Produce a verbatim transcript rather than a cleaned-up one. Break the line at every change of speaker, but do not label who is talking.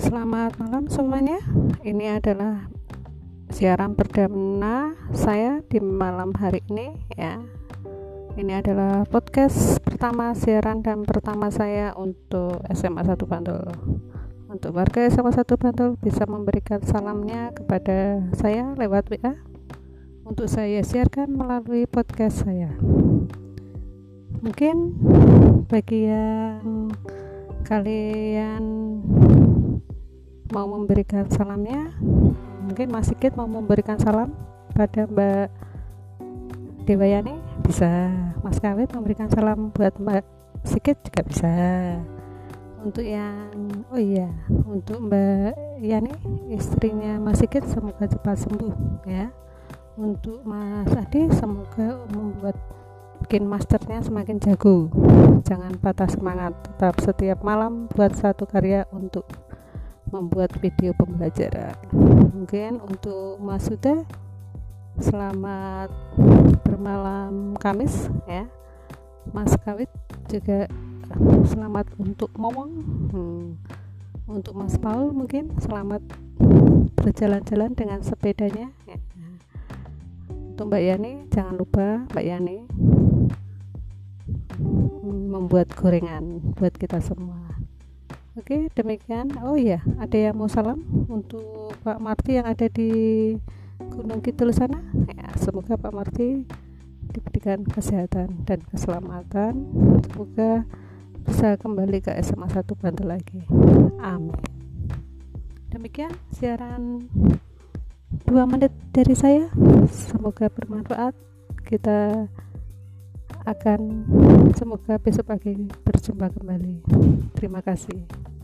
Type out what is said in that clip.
Selamat malam semuanya. Ini adalah siaran perdana saya di malam hari ini ya. Ini adalah podcast pertama siaran dan pertama saya untuk S M A satu Bantul. Untuk warga S M A satu Bantul bisa memberikan salamnya kepada saya lewat W A untuk saya siarkan melalui podcast saya. Mungkin bagi yang kalian mau memberikan salamnya, mungkin Mas Sigit mau memberikan salam pada Mbak Dewayani, bisa. Mas Kawit memberikan salam buat Mbak Sigit juga bisa. Untuk yang oh iya untuk Mbak Yani, istrinya Mas Sigit, semoga cepat sembuh ya. Untuk Mas Adi, semoga membuat bikin masternya semakin jago. Jangan patah semangat, tetap setiap malam buat satu karya untuk membuat video pembelajaran. Mungkin untuk Mas Suda, selamat bermalam Kamis ya. Mas Kawit juga selamat untuk Momong. hmm. Untuk Mas Paul mungkin selamat berjalan-jalan dengan sepedanya ya. Untuk Mbak Yani, jangan lupa Mbak Yani membuat gorengan buat kita semua. Oke, demikian. Oh iya, ada yang mau salam untuk Pak Marti yang ada di Gunung Kidul sana ya. Semoga Pak Marti diberikan kesehatan dan keselamatan, semoga bisa kembali ke S M A satu Bantul lagi, amin. Demikian siaran dua menit dari saya, semoga bermanfaat. Kita akan semoga besok pagi berjumpa kembali. Terima kasih.